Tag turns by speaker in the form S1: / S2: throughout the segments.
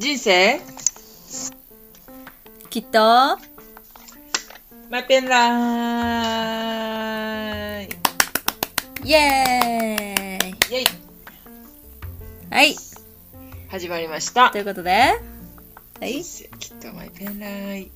S1: 人生
S2: きっと
S1: マイペンライ
S2: イエーイ。
S1: イエイ。
S2: はい、
S1: 始まりました。
S2: ということで、はい、
S1: 人生きっとマイペンライ。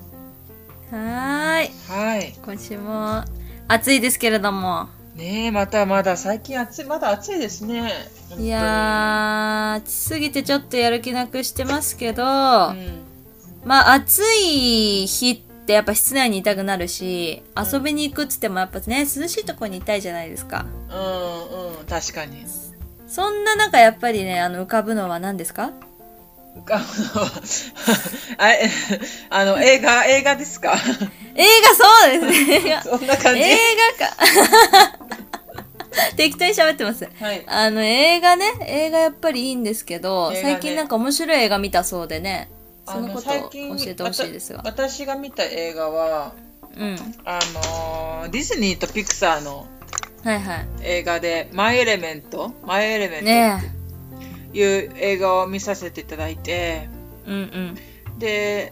S2: はい、今週も暑いですけれども
S1: ねえ、まだ最近まだ暑いですね。
S2: いやー、暑すぎてちょっとやる気なくしてますけど、まあ暑い日ってやっぱ室内にいたくなるし、遊びに行くっつってもやっぱね、涼しいところにいたいじゃないですか。
S1: 確かに。そ
S2: んな中やっぱりね、浮かぶのは何ですか？
S1: 浮かぶのは映画ですか？
S2: 映画、そうですね。
S1: そんな感じ。
S2: 映画か。適当に喋ってます。
S1: はい。
S2: 映画やっぱりいいんですけど、最近なんか面白い映画見たそうでね、そのことを教えてほしいですが。
S1: 私が見た映画は、ディズニーとピクサーの映画で、マイエレメントっていう映画を見させていただいて、で、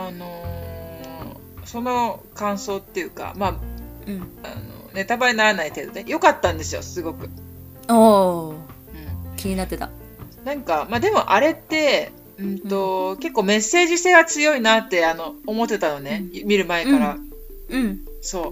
S1: その感想っていうか、ネタバレにならない程度で良かったんですよ、すごく。
S2: 気になってた。
S1: なんか、でもあれって、結構メッセージ性が強いなって思ってたのね、見る前から。そう。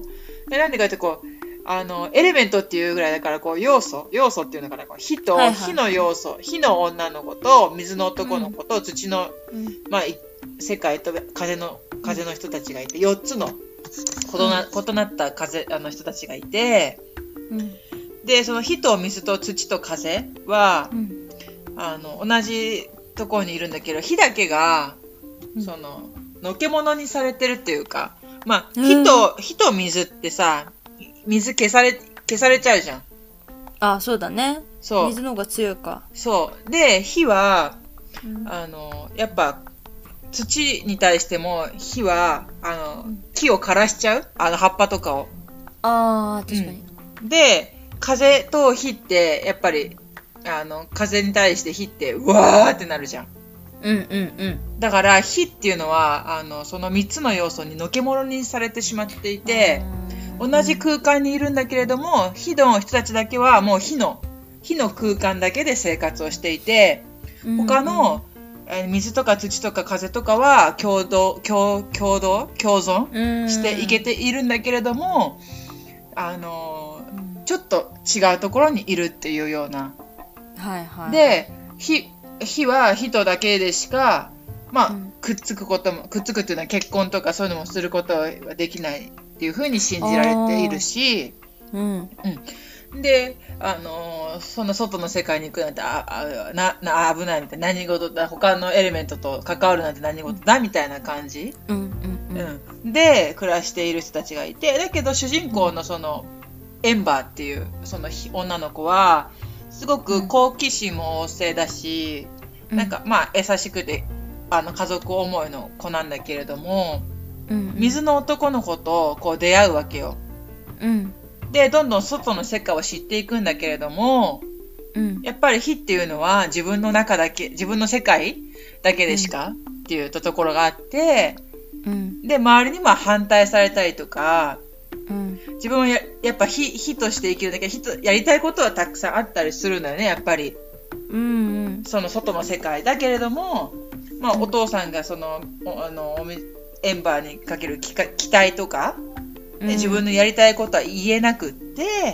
S1: で、なんでかってこう、エレメントっていうぐらいだから、こう、要素っていうのかな、こう火の要素、火の女の子と、水の男の子と、土の、世界と風の人たちがいて、4つの異なった人たちがいて、で、その火と水と土と風は、同じところにいるんだけど、火だけが、のけものにされてるっていうか、火と水ってさ、水消されちゃうじゃん。
S2: あ、そうだね。
S1: そう。
S2: 水の方が強いか。
S1: そう。で、火は、やっぱ、土に対しても、火は、木を枯らしちゃう？葉っぱとかを。
S2: 確かに。
S1: で、風と火って、やっぱり、風に対して火って、うわーってなるじゃん。だから、火っていうのは、その3つの要素にのけものにされてしまっていて、同じ空間にいるんだけれども、火の人たちだけはもう火の空間だけで生活をしていて、他の、水とか土とか風とかは共存していけているんだけれども、ちょっと違うところにいるっていうような。で、火は人だけでしか、くっつくっていうのは結婚とかそういうのもすることはできないっていうふうに信じられているし、で、その外の世界に行くなんて危ないみたいな、何事だ、他のエレメントと関わるなんて何事だみたいな感じ、で暮らしている人たちがいて、だけど主人公のそのエンバーっていうその女の子はすごく好奇心も旺盛だし、なんか優しくて家族思いの子なんだけれども、水の男の子とこう出会うわけよ。で、どんどん外の世界を知っていくんだけれども、やっぱり火っていうのは自分の世界だけでしか、っていうところがあって、で、周りにも反対されたりとか、自分はやっぱ火として生きるんだけど、やりたいことはたくさんあったりするんだよね、やっぱり。その外の世界だけれども、お父さんがその、エンバーにかける期待とか、自分のやりたいことは言えなくって、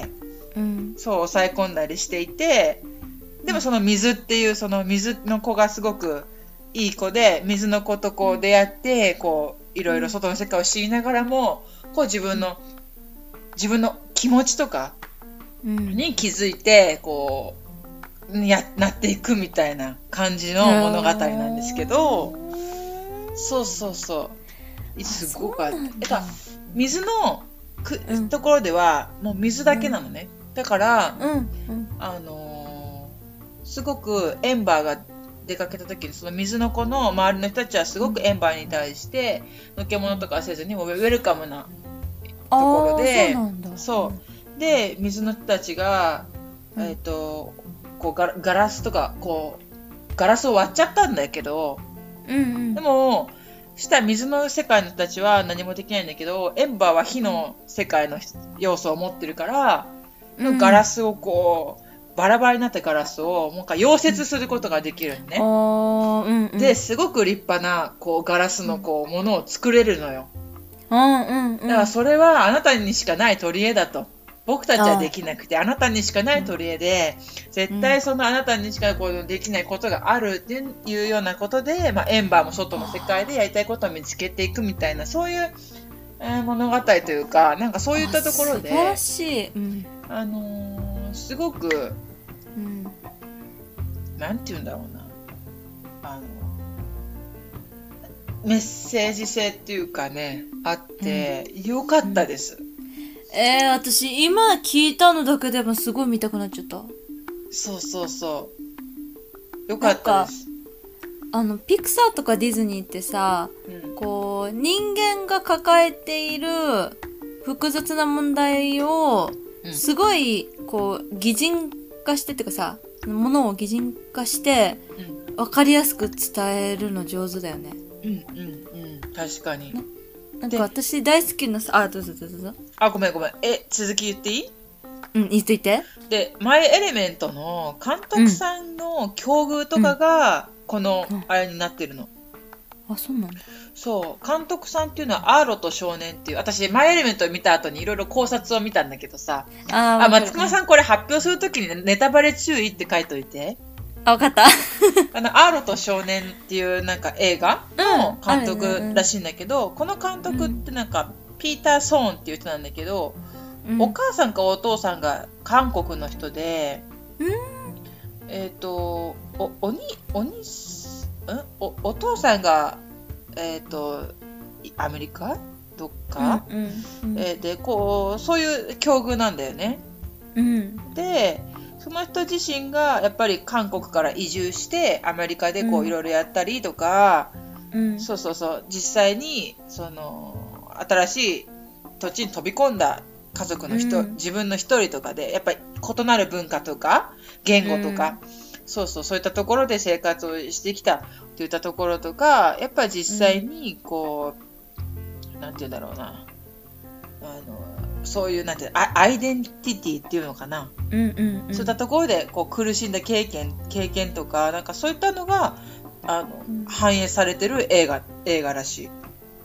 S1: そう抑え込んだりしていて、でもその水っていうその水の子がすごくいい子で、水の子とこう出会って、こういろいろ外の世界を知りながらも、こう自分の気持ちとかに気づいて、こうなっていくみたいな感じの物語なんですけど、そうすごく水のところではもう水だけなのね。だから、すごくエンバーが出かけた時に、その水の子の周りの人たちはすごくエンバーに対してのけものとかせずにウェルカムなところで、で水の人たちが、こうガラスとかこうガラスを割っちゃったんだけど、でもした水の世界の人たちは何もできないんだけど、エンバーは火の世界の要素を持ってるから、ガラスをこうバラバラになったガラスをもう溶接することができるのね。ですごく立派なこうガラスのこうものを作れるのよ。だからそれはあなたにしかない取り柄だと。僕たちはできなくて、あなたにしかない取り柄で、絶対そのあなたにしかこうできないことがあるっていうようなことで、エンバーも外の世界でやりたいことを見つけていくみたいな、そういう、物語というか、なんかそういったところで、
S2: 素晴らしい。
S1: すごく、なんて言うんだろうな。メッセージ性っていうかね、あって、よかったです。
S2: 私今聞いたのだけでもすごい見たくなっちゃった。
S1: そう。よかったです。
S2: ピクサーとかディズニーってさ、こう人間が抱えている複雑な問題をすごいこう擬人化してっていうかさ、ものを擬人化して分かりやすく伝えるの上手だよね。
S1: 確かに。
S2: なんか私大好きなさ、どうぞ。
S1: ごめん。続き言っていい？
S2: 言って言って。
S1: で、マイ・エレメントの監督さんの境遇とかが、この、あれになってるの。
S2: そうなの？
S1: そう。監督さんっていうのは、アーロと少年っていう、私、マイ・エレメントを見た後にいろいろ考察を見たんだけどさ、松隈さんこれ発表するときにネタバレ注意って書いといて。
S2: わかった。
S1: アーロと少年っていうなんか映画の監督らしいんだけど、この監督ってなんか、ピーター・ソーンっていう人なんだけど、お母さんかお父さんが韓国の人で、お父さんが、アメリカどっか、で、こう、そういう境遇なんだよね。で、その人自身がやっぱり韓国から移住してアメリカでこういろいろやったりとか、実際にその新しい土地に飛び込んだ家族の人、自分の一人とかでやっぱり異なる文化とか言語とか、そういったところで生活をしてきたといったところとか、やっぱり実際にこう、なんていうんだろうな、そういうなんてアイデンティティっていうのかな、そういったところでこう苦しんだ経験とか、なんかそういったのが反映されてる映画らしい。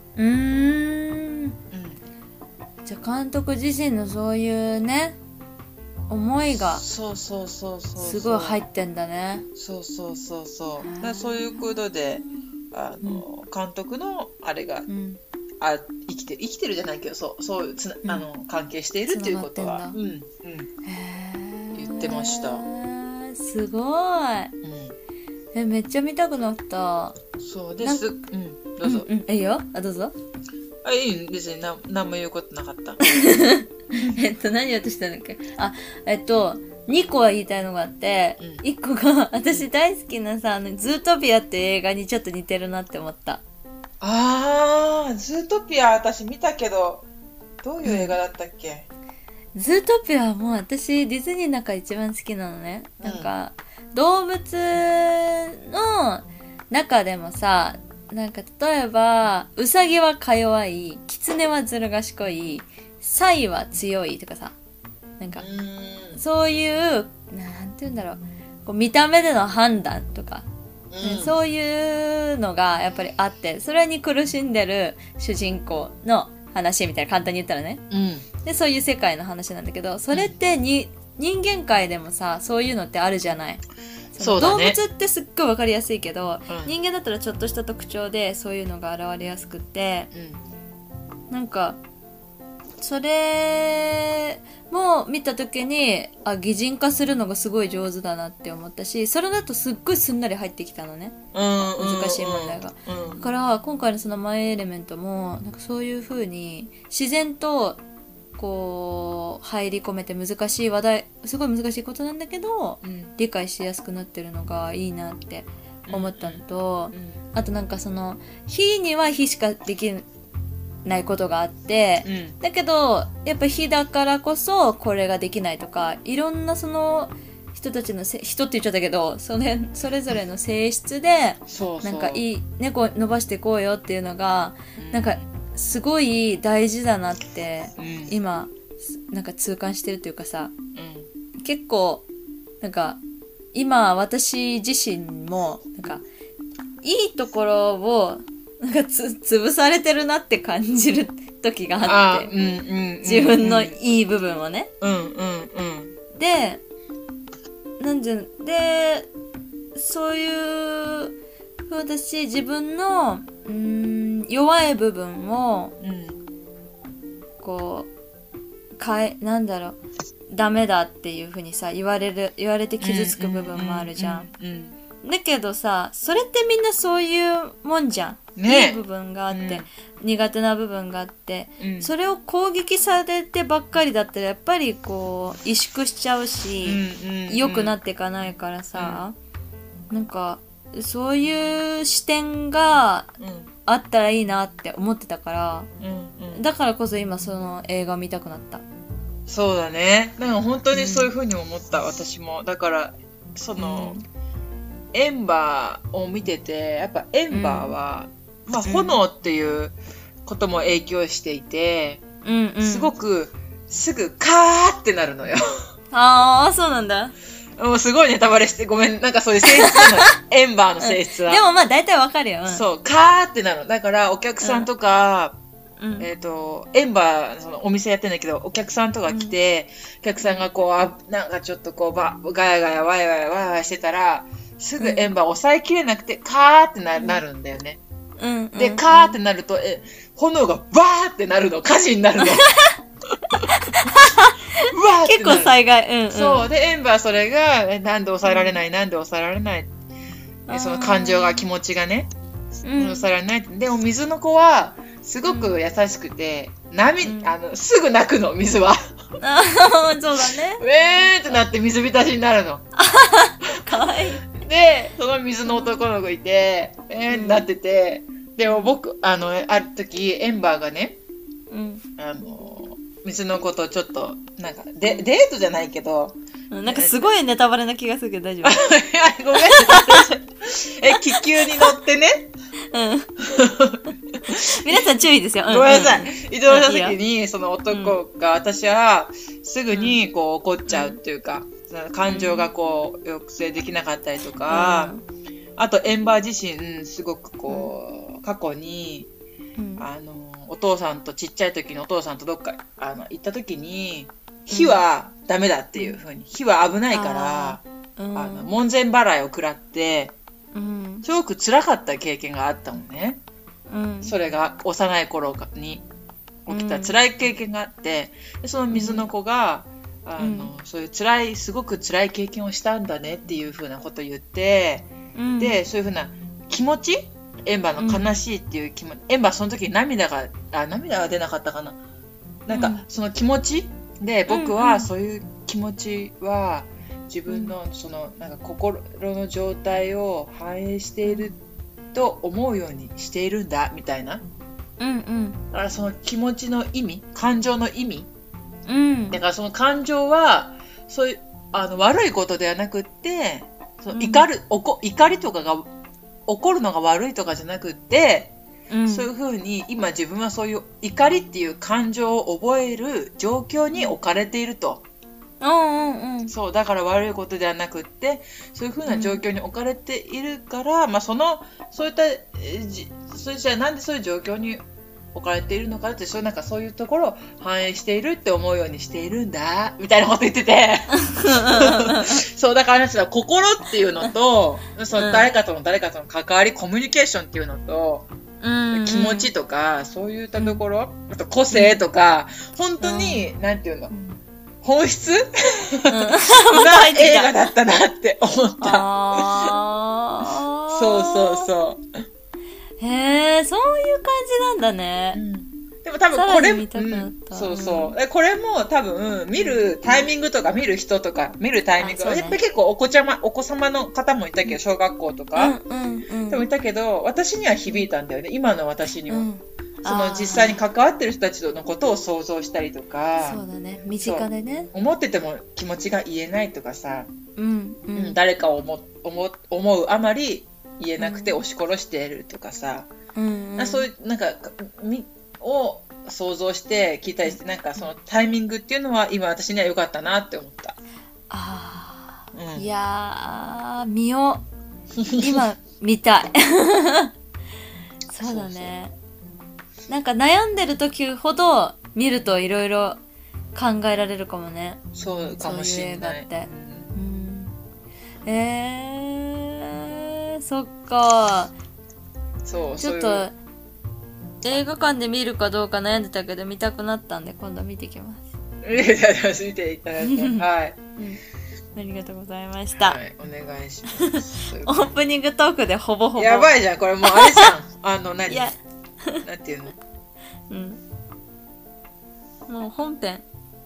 S2: じゃあ監督自身のそういうね思いがすごい入ってんだね。
S1: そうそういうことで監督のあれが、生きてるじゃないけど、そういう関係しているっていうことは言ってました。
S2: すごい。めっちゃ見たくなった。
S1: そうです。どうぞ。
S2: いいよ。どうぞ。
S1: いい、別に何も言うことなかった。
S2: 何言おうとしたんだっけ。2個は言いたいのがあって、1個が私大好きなさ、ズートピアって映画にちょっと似てるなって思った。
S1: ズートピア私見たけど、どういう映画だったっけ？
S2: ズートピアはもう私ディズニーの中一番好きなのね。なんか動物の中でもさ、なんか例えばウサギはか弱い、キツネはずる賢い、サイは強いとかさ、なんかそういうなんて言うんだろう、こう見た目での判断とか、そういうのがやっぱりあって、それに苦しんでる主人公の話みたいな、簡単に言ったらね、でそういう世界の話なんだけど、それって人間界でもさ、そういうのってあるじゃない。そうだね、動物ってすっごい分かりやすいけど、人間だったらちょっとした特徴でそういうのが現れやすくって、なんかそれも見た時に擬人化するのがすごい上手だなって思ったし、それだとすっごいすんなり入ってきたのね、難しい問題が、だから今回のそのマイエレメントもなんかそういう風に自然とこう入り込めて、難しい話題、すごい難しいことなんだけど、理解しやすくなってるのがいいなって思ったのと、あとなんかその火には火しかできないことがあって、だけどやっぱ火だからこそこれができないとか、いろんなその人たちの人って言っちゃったけど、それぞれの性質でなんかいい猫伸ばしていこうよっていうのが、なんかすごい大事だなって、今なんか痛感してるというかさ、結構なんか今私自身もなんかいいところをなんか潰されてるなって感じる時があって、自分のいい部分をね、でそういう風だし、自分の弱い部分をこうなんだろう、ダメだっていう風にさ言われて傷つく部分もあるじゃん。だけどさ、それってみんなそういうもんじゃん。いい部分があって、苦手な部分があって、それを攻撃されてばっかりだったらやっぱりこう萎縮しちゃうし、良くなっていかないからさ、なんかそういう視点があったらいいなって思ってたから、だからこそ今その映画見たくなった。
S1: そうだね。なんか本当にそういう風に思った、私も。だからその、エンバーを見てて、やっぱエンバーは、まあ炎っていうことも影響していて、すごくすぐカーってなるのよ。
S2: ああ、そうなんだ。
S1: もうすごいネタバレしてごめん、なんかそういう性質なの。エンバーの性質は。
S2: でもまあ大体わかるよ。
S1: そう、カーってなるの。だからお客さんとか、エンバーそのお店やってんだけど、お客さんとか来て、お客さんがこうなんかちょっとこうガヤガヤワイワイワイワイしてたら、すぐエンバー抑えきれなくてカーってなるんだよね。でカーってなると炎がバーってなるの、火事になるの。
S2: 結構災害。
S1: そうでエンバーそれがなんで抑えられない、なんで抑えられない、その感情が気持ちがね、抑えられない。でも水の子はすごく優しくて、すぐ泣くの、水は。
S2: そうだね。
S1: ってなって水浸しになるの。
S2: かわいい。
S1: で、その水の男の子いて、ってなってて、でも僕、ある時、エンバーがね、水の子とちょっと、なんか、デートじゃないけど、
S2: なんかすごいネタバレな気がするけど大丈夫？
S1: ごめん。気球に乗ってね。
S2: 皆さん注意ですよ。
S1: ごめんなさい。移動した時に、その男が、私は、すぐにこう怒っちゃうっていうか、感情がこう抑制できなかったりとか、あとエンバー自身すごくこう過去に、お父さんとちっちゃい時にお父さんとどっか行った時に火はダメだっていう風に、火は危ないから門前払いを食らって、すごく辛かった経験があったのね。それが幼い頃に起きた辛い経験があって、でその水の子がそういうすごく辛い経験をしたんだねっていう風なことを言って、でそういう風な気持ち、エンバーの悲しいっていう気持ち、エンバーその時に涙が出なかったかな、なんかその気持ちで、僕はそういう気持ちは自分のそのなんか心の状態を反映していると思うようにしているんだみたいな、だからその気持ちの意味、感情の意味、だからその感情はそういう悪いことではなくって、その怒りとかが起こるのが悪いとかじゃなくって、そういうふうに今自分はそういう怒りっていう感情を覚える状況に置かれていると。そうだから悪いことではなくって、そういうふうな状況に置かれているから、そういったそれじゃあなんでそういう状況に置かれているのかって、そういうところを反映しているって思うようにしているんだみたいなこと言っててそうだから心っていうのと、その誰かとの関わり、コミュニケーションっていうのと、気持ちとかそういったところ、あと個性とか、本当になんていうの、本質な映画だったなって思った。そう
S2: へえ、そういう感じなんだね。
S1: でも多分これ、これも多分見るタイミングとか見る人とか見るタイミング、やっぱり結構お子様の方もいたけど、小学校とかでもいたけど、私には響いたんだよね、今の私には。その実際に関わってる人たちのことを想像したりとか、
S2: そうだね、身近でね、
S1: 思ってても気持ちが言えないとかさ、 誰かを思うあまり言えなくて押し殺しているとかさ、そういうなんかを想像して聞いたりして、なんかそのタイミングっていうのは今私には良かったなって思った。
S2: いやー、見よう。今見たい。そうだね。なんか悩んでる時ほど見るといろいろ考えられるかもね。
S1: そうかもしれない。そういう映画
S2: って。そっか。ちょっと映画館で見るかどうか悩んでたけど見たくなったんで今度見てきます。
S1: 見ていただいて、はい。
S2: ありがとうございました。
S1: はい、お願いします。
S2: オープニングトークでほぼほぼ。
S1: やばいじゃん、これもうあれじゃん。何？いや、なんていうの？
S2: もう本編。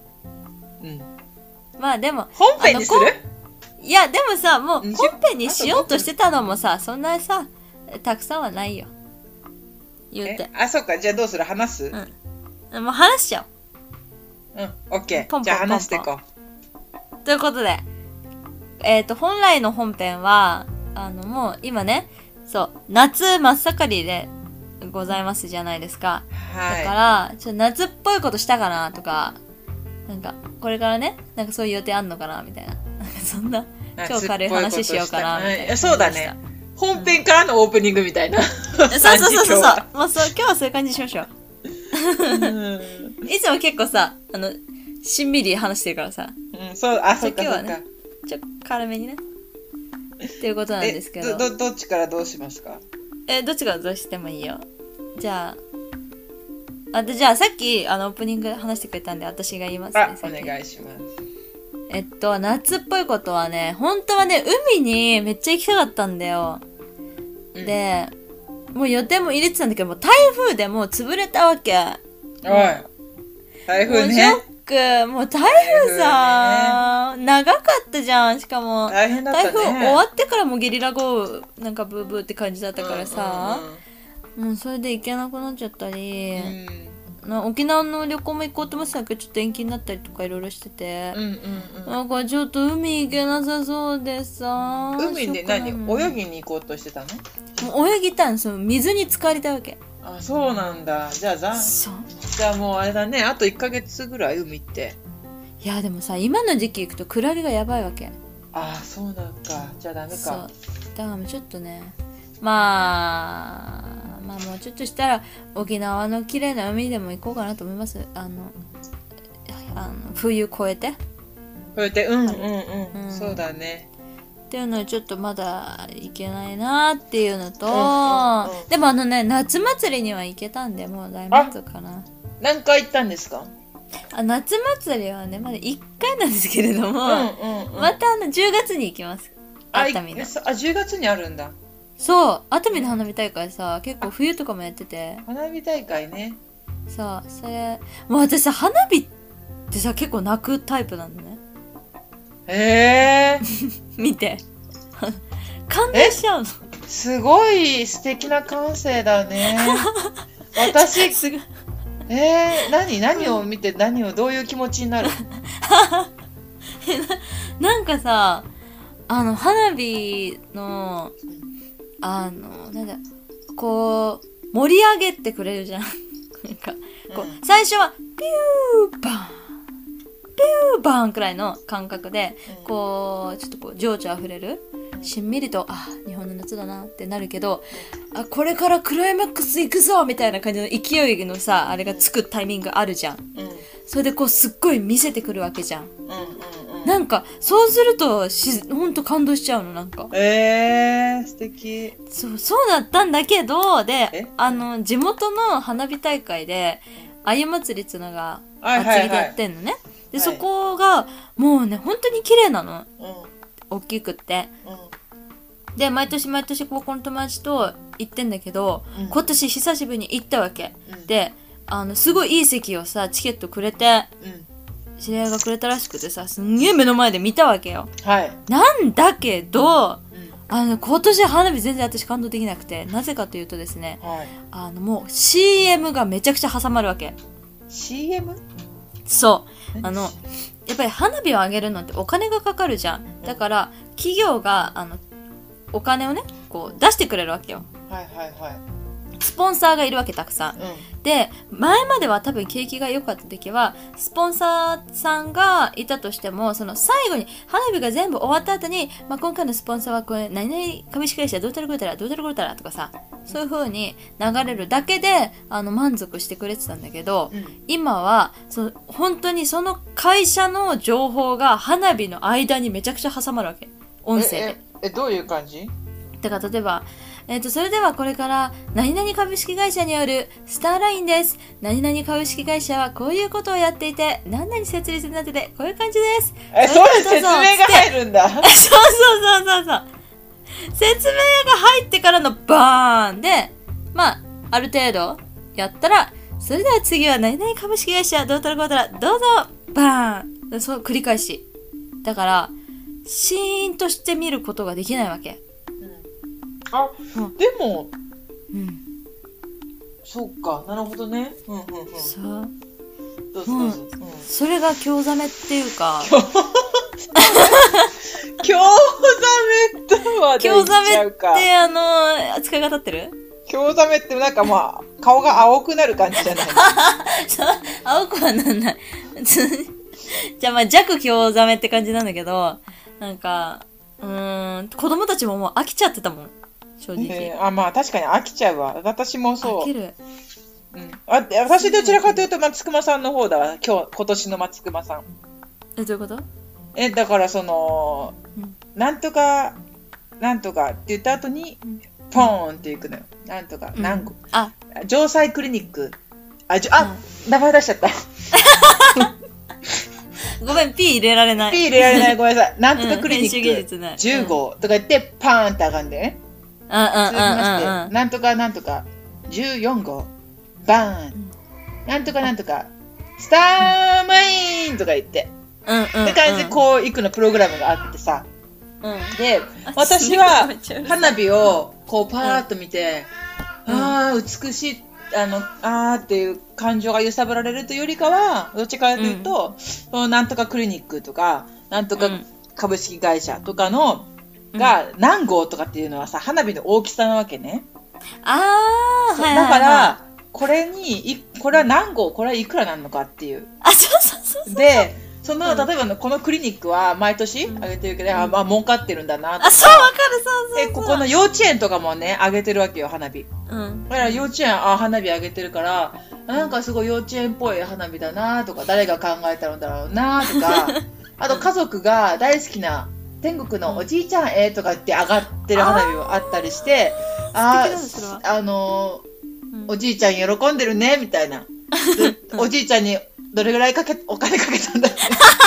S2: まあでも。
S1: 本編にする？
S2: いや、でもさ、もう本編にしようとしてたのもさ、そんなさ、たくさんはないよ。言うて。
S1: そっか、じゃあどうする？話す？
S2: もう話しちゃ
S1: おう。オッケー。じゃあ話していこ
S2: う。ということで、本来の本編は、もう今ね、そう、夏真っ盛りでございますじゃないですか。だから、ちょっと夏っぽいことしたかなとか、なんか、これからね、なんかそういう予定あんのかなみたいな。なんかそんな、超軽い話しようかなみたいな。
S1: そうだね。本編からのオープニングみたいな。
S2: そう。もう今日はそういう感じにしましょう。いつも結構さ、しんみり話してるからさ。
S1: そうか、そうか。
S2: 今日はね、ちょっと軽めにね。っていうことなんですけど。
S1: どっちからどうしますか？
S2: どっちからどうしてもいいよ。じゃあさっきオープニングで話してくれたんで私が言いますね。
S1: お願いします。
S2: 夏っぽいことはね、本当はね、海にめっちゃ行きたかったんだよ。で、もう予定も入れてたんだけど、もう台風でもう潰れたわけ。
S1: 台風ね。
S2: もうショック。もう台風さ、長かったじゃん。しかも、
S1: 大変だったね。
S2: 台風終わってからもゲリラ豪雨、なんかブーブーって感じだったからさ、もうそれで行けなくなっちゃったり、沖縄の旅行も行こうと思ってたけどちょっと延期になったりとかいろいろしてて、なんかちょっと海行けなさそうでさ。
S1: 海で何？泳ぎに行こうとしてたの？
S2: もう泳ぎたいの。水に浸かりたいわけ。
S1: そうなんだ。じゃあもうあれだね、あと1ヶ月ぐらい海って。
S2: いやでもさ、今の時期行くとクラゲがやばいわけ。
S1: そうなんか。じゃあダメか。そう
S2: だからもうちょっとね、まあもうちょっとしたら沖縄の綺麗な海でも行こうかなと思います。冬越えて、そうだねっていうのはちょっとまだ行けないなっていうのと、でも夏祭りには行けたんでもう大満足かな。
S1: 何回行ったんですか？
S2: 夏祭りはねまだ1回なんですけれども、また10月に行きます。熱海の。
S1: 10月にあるんだ。
S2: そう、熱海の花火大会さ、結構冬とかもやってて。
S1: 花火大会ね。
S2: そう、それ、もう私さ、花火ってさ、結構泣くタイプなんだね。見て。感動しちゃうの。
S1: すごい素敵な感性だね。私、何を見て、どういう気持ちになる？
S2: なんかさ、花火の、なんだ、こう、盛り上げてくれるじゃん。なんか、こう、最初は、ピューバーン、ピューバーンくらいの感覚で、こう、ちょっとこう、情緒あふれる。しんみりと、日本の夏だなってなるけど、これからクライマックス行くぞみたいな感じの勢いのさ、あれがつくタイミングあるじゃん。それでこう、すっごい見せてくるわけじゃん。なんかそうするとほんと感動しちゃうの。なんか
S1: 素敵。
S2: そうだったんだけど、で地元の花火大会であゆ祭りっていうのが祭りでやってんのね。でそこがもうね本当に綺麗なの、大きくって、で毎年高校の友達と行ってんだけど、今年久しぶりに行ったわけ、ですごいいい席をさチケットくれて、知り合いがくれたらしくてさ、すんげえ目の前で見たわけよ。なんだけど、今年花火全然私感動できなくて、なぜかというとですね、もう CM がめちゃくちゃ挟まるわけ。
S1: CM？
S2: そう。 やっぱり花火を上げるのってお金がかかるじゃん。だから企業がお金をねこう出してくれるわけよ。
S1: はいはいはい。
S2: スポンサーがいるわけたくさん、で前までは多分景気が良かった時はスポンサーさんがいたとしても、その最後に花火が全部終わった後に、今回のスポンサーはこれ何々株式会社どうたらこうたらどうたらこうたらとかさ、そういう風に流れるだけで満足してくれてたんだけど、今は本当にその会社の情報が花火の間にめちゃくちゃ挟まるわけ、音声で。
S1: どういう感じ？
S2: だから例えばそれではこれから何々株式会社によるスターラインです。何々株式会社はこういうことをやっていて、何々設立になっててこういう感じです。
S1: そういう説明が入るんだ。
S2: そう。説明が入ってからのバーンで、ある程度やったら、それでは次は何々株式会社どうたらこうたらどうぞバーン、そう繰り返し。だからシーンとして見ることができないわけ。
S1: でも、そうか、なるほどね。
S2: そう。
S1: どうぞ。
S2: それが興ざめっていうか。
S1: 興ざめとは言っちゃうか。
S2: 興ざめって使い方ってる？
S1: 興ざめってなんか顔が青くなる感じじゃない？
S2: そう、青くはなんない。じゃあ弱興ざめって感じなんだけど、なんか、子供たちももう飽きちゃってたもん。正直。
S1: 確かに飽きちゃうわ。私もそう。
S2: 飽きる。
S1: 私どちらかというと松隈さんの方だわ。今年の松隈さん。
S2: どういうこと？
S1: だからなんとかなんとかって言った後に、ポーンっていくのよ。なんとか何個。城西クリニック。名前出しちゃった。
S2: ごめん、P 入れられない。
S1: P 入れられない、ごめんなさい。なんとかクリニック10号とか言ってパーンって上がるんでね。続きまして、なんとかなんとか14号バーン、なんとかなんとかスターマインとか言って、って感じでこういくのプログラムがあってさ、で私は花火をこうパーッと見て、美しいっていう感情が揺さぶられるというよりかは、どっちかというと、なんとかクリニックとかなんとか株式会社とかのが何号とかっていうのはさ、花火の大きさなわけね。だからこれは何号、これはいくらなのかっていう。
S2: そう
S1: で例えばこのクリニックは毎年上げてるけど、儲かってるんだなとか。
S2: そう、わかる。そう。
S1: ここの幼稚園とかもね上げてるわけよ、花火。だから幼稚園花火上げてるから、なんかすごい幼稚園っぽい花火だなとか、誰が考えたんだろうなとか、あと家族が大好きな天国のおじいちゃんとかって上がってる花火もあったりして、おじいちゃん喜んでるねみたいな。おじいちゃんにどれぐらいお金かけたんだって。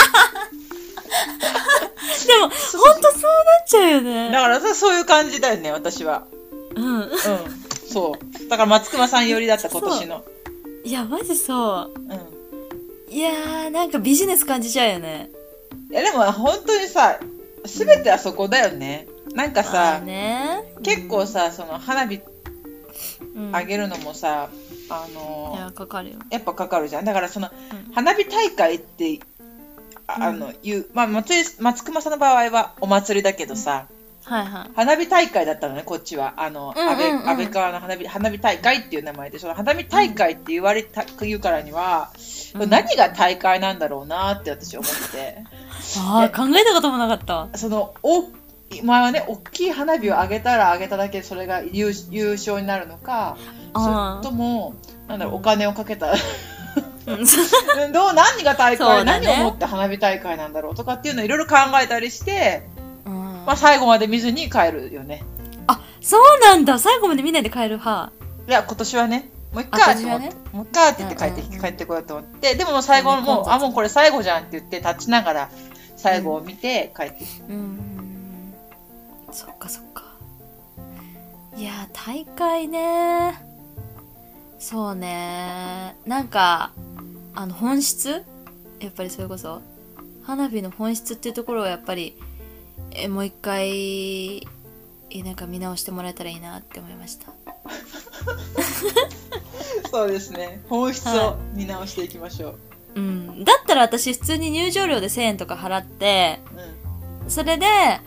S2: でも本当そうなっちゃうよね。
S1: だからそういう感じだよね、私は。そう。だから松隈さん寄りだった、今年の。
S2: いやマジそう。いやー、なんかビジネス感じちゃうよね。
S1: いやでも本当にさ、全てはそこだよね。なんかさ、結構さ、花火あげるのもさ、
S2: いやかかるよ。
S1: やっぱかかるじゃん。だから花火大会って松隈さんの場合はお祭りだけどさ、花火大会だったのね、こっちは。安倍川の花火大会っていう名前で、花火大会って言うからには、何が大会なんだろうなって私思って。
S2: 考えたこともなかった。
S1: 前はね、大きい花火を上げたら上げただけそれが優勝になるのか、それともお金をかけた何が大会、何をもって花火大会なんだろうとかっていうのをいろいろ考えたりして、最後まで見ずに帰るよね。
S2: そうなんだ。最後まで見ないで帰る派。
S1: いや今年はね、もう一回って言って帰ってこようと思って、でも最後もうこれ最後じゃんって言って立ちながら最後を見て帰ってきた。
S2: そっかそっか。いや大会ね。そうね。なんか本質、やっぱりそれこそ花火の本質っていうところをやっぱりもう一回なんか見直してもらえたらいいなって思いました。
S1: そうですね。本質を見直していきましょう。
S2: うん。だったら私普通に入場料で1000円とか払って、それで、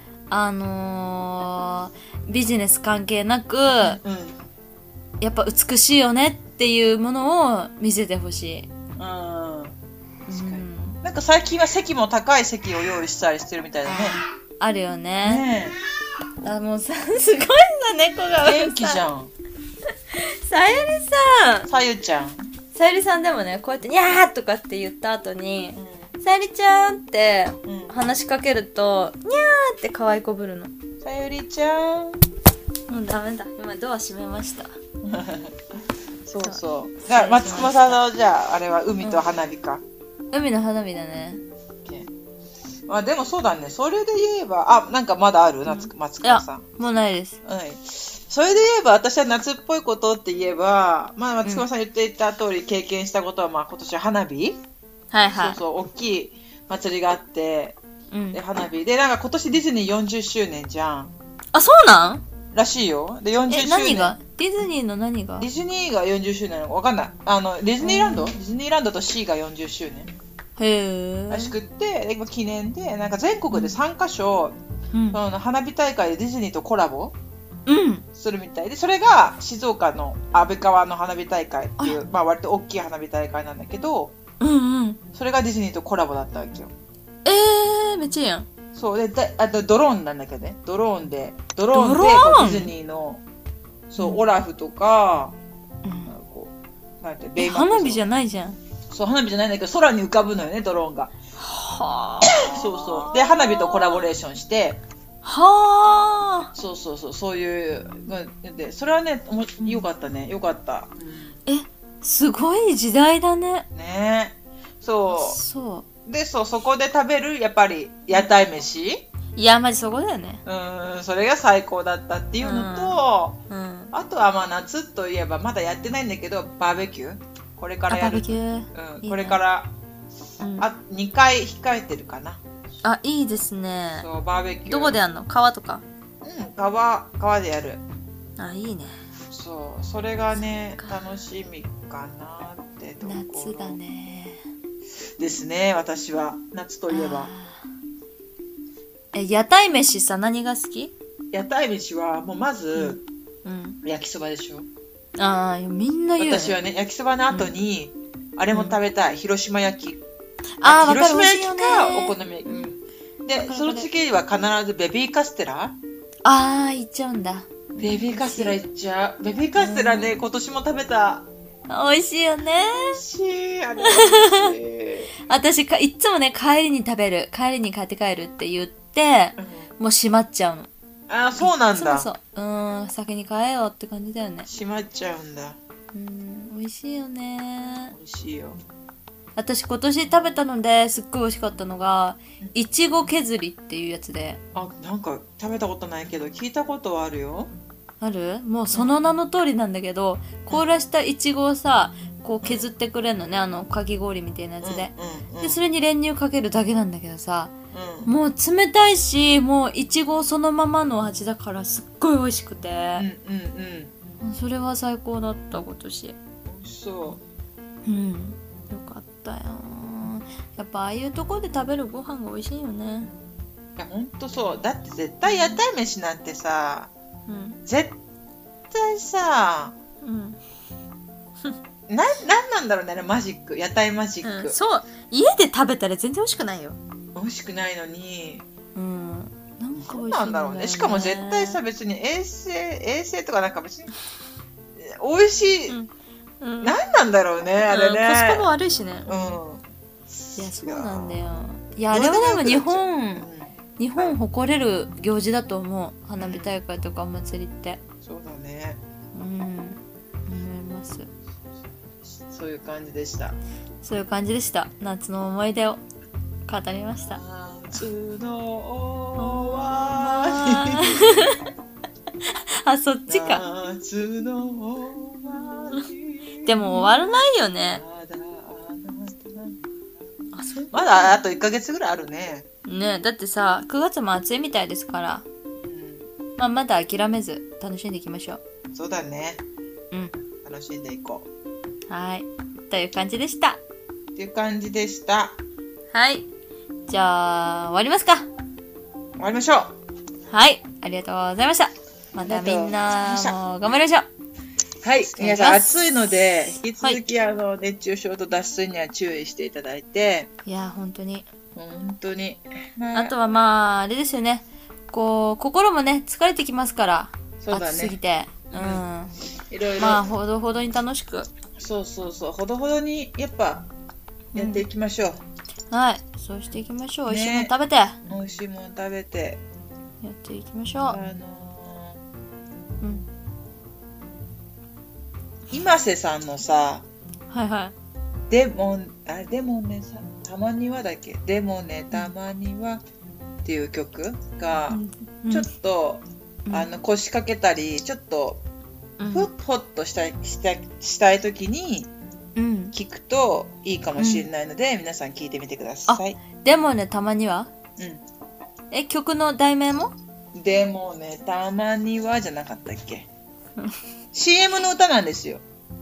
S2: ビジネス関係なく、やっぱ美しいよねっていうものを見せてほしい。確か
S1: に。なんか最近は席も高い席を用意したりしてるみたいだね。
S2: あるよね。もうさ、すごいな、猫が。
S1: 元気じゃん。
S2: さゆりさん。
S1: さゆちゃん。
S2: さゆりさんでもね、こうやって、にゃーとかって言った後に、さゆりちゃんって話しかけると、にゃーって可愛いこぶるの。
S1: さゆりちゃん。
S2: もうダメだ。今ドア閉めました。
S1: そうそう。だから松隈さんの、じゃあ、あれは海と花火か。
S2: 海の花火だね。
S1: まあでもそうだね。それで言えば、なんかまだある松隈さん。
S2: もうないです。
S1: はい。それで言えば、私は夏っぽいことって言えば、まあ松隈さん言っていた通り経験したことは、まあ今年は花火。
S2: はいはい。
S1: そうそう、大きい祭りがあって、で、花火。で、なんか今年ディズニー40周年じゃん。
S2: あ、そうなん
S1: らしいよ。で、40周年。
S2: 何がディズニーの何が
S1: ディズニーが40周年わかんない。ディズニーランド、ディズニーランドと C が40周年。
S2: へ
S1: らしくって、今記念で、なんか全国で3カ所、花火大会でディズニーとコラボするみたいで、それが静岡の安倍川の花火大会っていう、まあ割と大きい花火大会なんだけど、それがディズニーとコラボだったわけよ。
S2: めっちゃいいやん。
S1: そうで、あとドローンなんだけどね、ドローンでディズニーの、そう、オラフとか、こう、なんて、ベイマックス。
S2: 花火じゃないじゃん。
S1: そう、花火じゃないんだけど、空に浮かぶのよね、ドローンが。はぁ。そうそう。で、花火とコラボレーションして、
S2: はぁ。
S1: そうそうそう、そういう、で、それはね、よかったね、よかった。
S2: すごい時代だね。
S1: ねそう。
S2: そう。
S1: で、そこで食べる、やっぱり、屋台飯。
S2: いや、マジそこだよね。
S1: それが最高だったっていうのと、あとはまあ夏といえば、まだやってないんだけど、バーベキュー。これからやる。これから、2回控えてるかな。
S2: あ、いいですね。
S1: そう、バーベキュー。
S2: どこでやんの？川とか？
S1: 川でやる。
S2: あ、いいね。
S1: そう、それがね、楽しみかなってところ。
S2: 夏だね。
S1: ですね、私は。夏といえば。
S2: 屋台飯さ、何が好き？
S1: 屋台飯は、もうまず、焼きそばでしょ。
S2: みんな言う、ね。
S1: 私はね、焼きそばの後に、あれも食べたい。広島焼き。
S2: 広
S1: 島焼きか、お好み焼き。で、その次は必ずベビーカステラ。
S2: 行っちゃうんだ。
S1: ベビーカステラ行っちゃう。ベビーカステラね、今年も食べた。
S2: 美味しいよね。
S1: 美味しい。あれ美味しい。
S2: 私いっつもね、帰りに食べる。帰りに買って帰るって言って、もう閉まっちゃうの。
S1: あ、そうなんだ。
S2: そう。先に買えよって感じだよね。
S1: 閉まっちゃうんだ。
S2: 美味しいよね。
S1: 美味しいよ。
S2: 私今年食べたのですっごい美味しかったのが、いちご削りっていうやつで。
S1: なんか食べたことないけど聞いたことはあるよ。
S2: ある？もうその名の通りなんだけど、凍らしたいちごをさ、こう削ってくれんのね、かき氷みたいなやつで。で、それに練乳かけるだけなんだけどさ、もう冷たいし、もういちごそのままの味だからすっごい美味しくて。それは最高だった、今年。
S1: 美味しそう。
S2: よかったよ。やっぱああいうとこで食べるご飯が美味しいよね。
S1: いや、ほんとそう。だって絶対屋台飯なんてさ、絶対さ、なんだろうね、マジック。屋台マジック。
S2: そう。家で食べたら全然美味しくないよ。
S1: 美味しくないのに。
S2: なんか美味しいんだよね。
S1: なんだろうね。しかも絶対さ、別に衛生とかなんか別に、美味しい。何なんだろうね、あれね。
S2: コスパも悪いしね。いや、そうなんだよ。いや、あれはでも日本誇れる行事だと思う。花火大会とかお祭りって。
S1: そうだね。
S2: 思います。
S1: そういう感じでした。
S2: そういう感じでした。夏の思い出を語りました。
S1: 夏の終わ
S2: り。そっちか。
S1: 夏の終わり。
S2: でも終わらないよね。
S1: まだあと1ヶ月ぐらいあるね。
S2: ね、だってさ、9月も暑いみたいですから、まだ諦めず楽しんでいきましょう。
S1: そうだね。楽しんでいこ
S2: う。はい。という感じでした。
S1: っていう感じでした。
S2: はい。じゃあ、終わりますか。
S1: 終わりましょう。
S2: はい。ありがとうございました。またみんなも頑張りましょう。
S1: はい。皆さん暑いので、引き続き熱中症と脱水には注意していただいて。
S2: いや、本当に。
S1: 本当に。
S2: あとはまあ、あれですよね。こう、心もね、疲れてきますから。
S1: そうだね。
S2: 暑すぎて。
S1: いろいろ。
S2: まあ、ほどほどに楽しく。
S1: そうそうそう。ほどほどに、やっぱ、やっていきましょう。
S2: はい。そうしていきましょう。美味しいもの食べて。
S1: 美味しいもの食べて。
S2: やっていきましょう。
S1: 今瀬さんのさ、
S2: はいはい。
S1: でもねさ、たまにはだっけ、でもね、たまにはっていう曲が、ちょっと、腰掛けたり、ちょっと、ほっとしたい時に、聞くといいかもしれないので、皆さん聞いてみてください。
S2: でもね、たまには曲の題名も
S1: でもね、たまにはじゃなかったっけCM の歌なんですよ。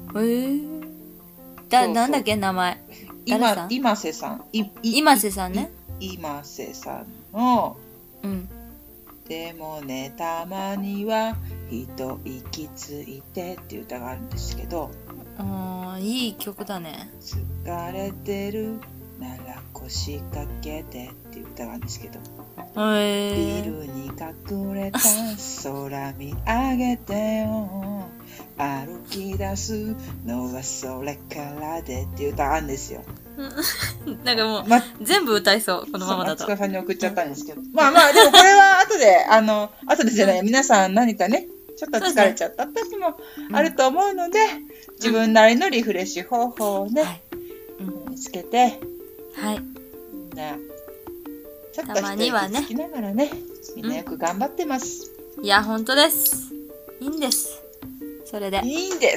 S2: なんだっけ名前。
S1: 今瀬さん。
S2: 今瀬さんね。
S1: 今瀬さんの、でもね、たまには一息ついてっていう歌があるんですけど。
S2: いい曲だね。
S1: 疲れてるなら腰掛けてっていう歌があるんですけど。ビルに隠れた空見上げてよ、歩き出すのはそれからでっていう歌があるんですよ。
S2: なんかもう、全部歌いそう、このままだと。
S1: 松川さんに送っちゃったんですけど。まあまあ、でもこれは後でじゃない、皆さん何かね、ちょっと疲れちゃった時もあると思うので、自分なりのリフレッシュ方法をね、見つけて、みんな、ちょっと一息つきながらね、みんなよく頑張ってます。
S2: いや、本当です。いいんです。それで。
S1: いいんです。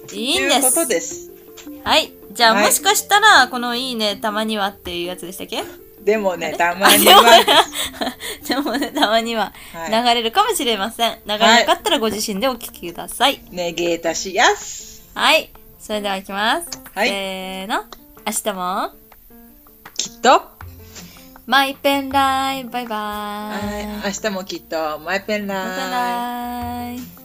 S2: いいんです。
S1: ということです。
S2: はい。じゃあ、もしかしたら、このいいね、たまにはっていうやつでしたっけ？
S1: でもね、たまには。
S2: でもね、たまには流れるかもしれません。流れなかったらご自身でお聞きください。
S1: ねげーたしやす。
S2: はい。それでは行きます。せーの。明日も
S1: きっと
S2: マイペンライバイバーイ。
S1: はい。明日もきっとマイペンライ。
S2: バイバイ。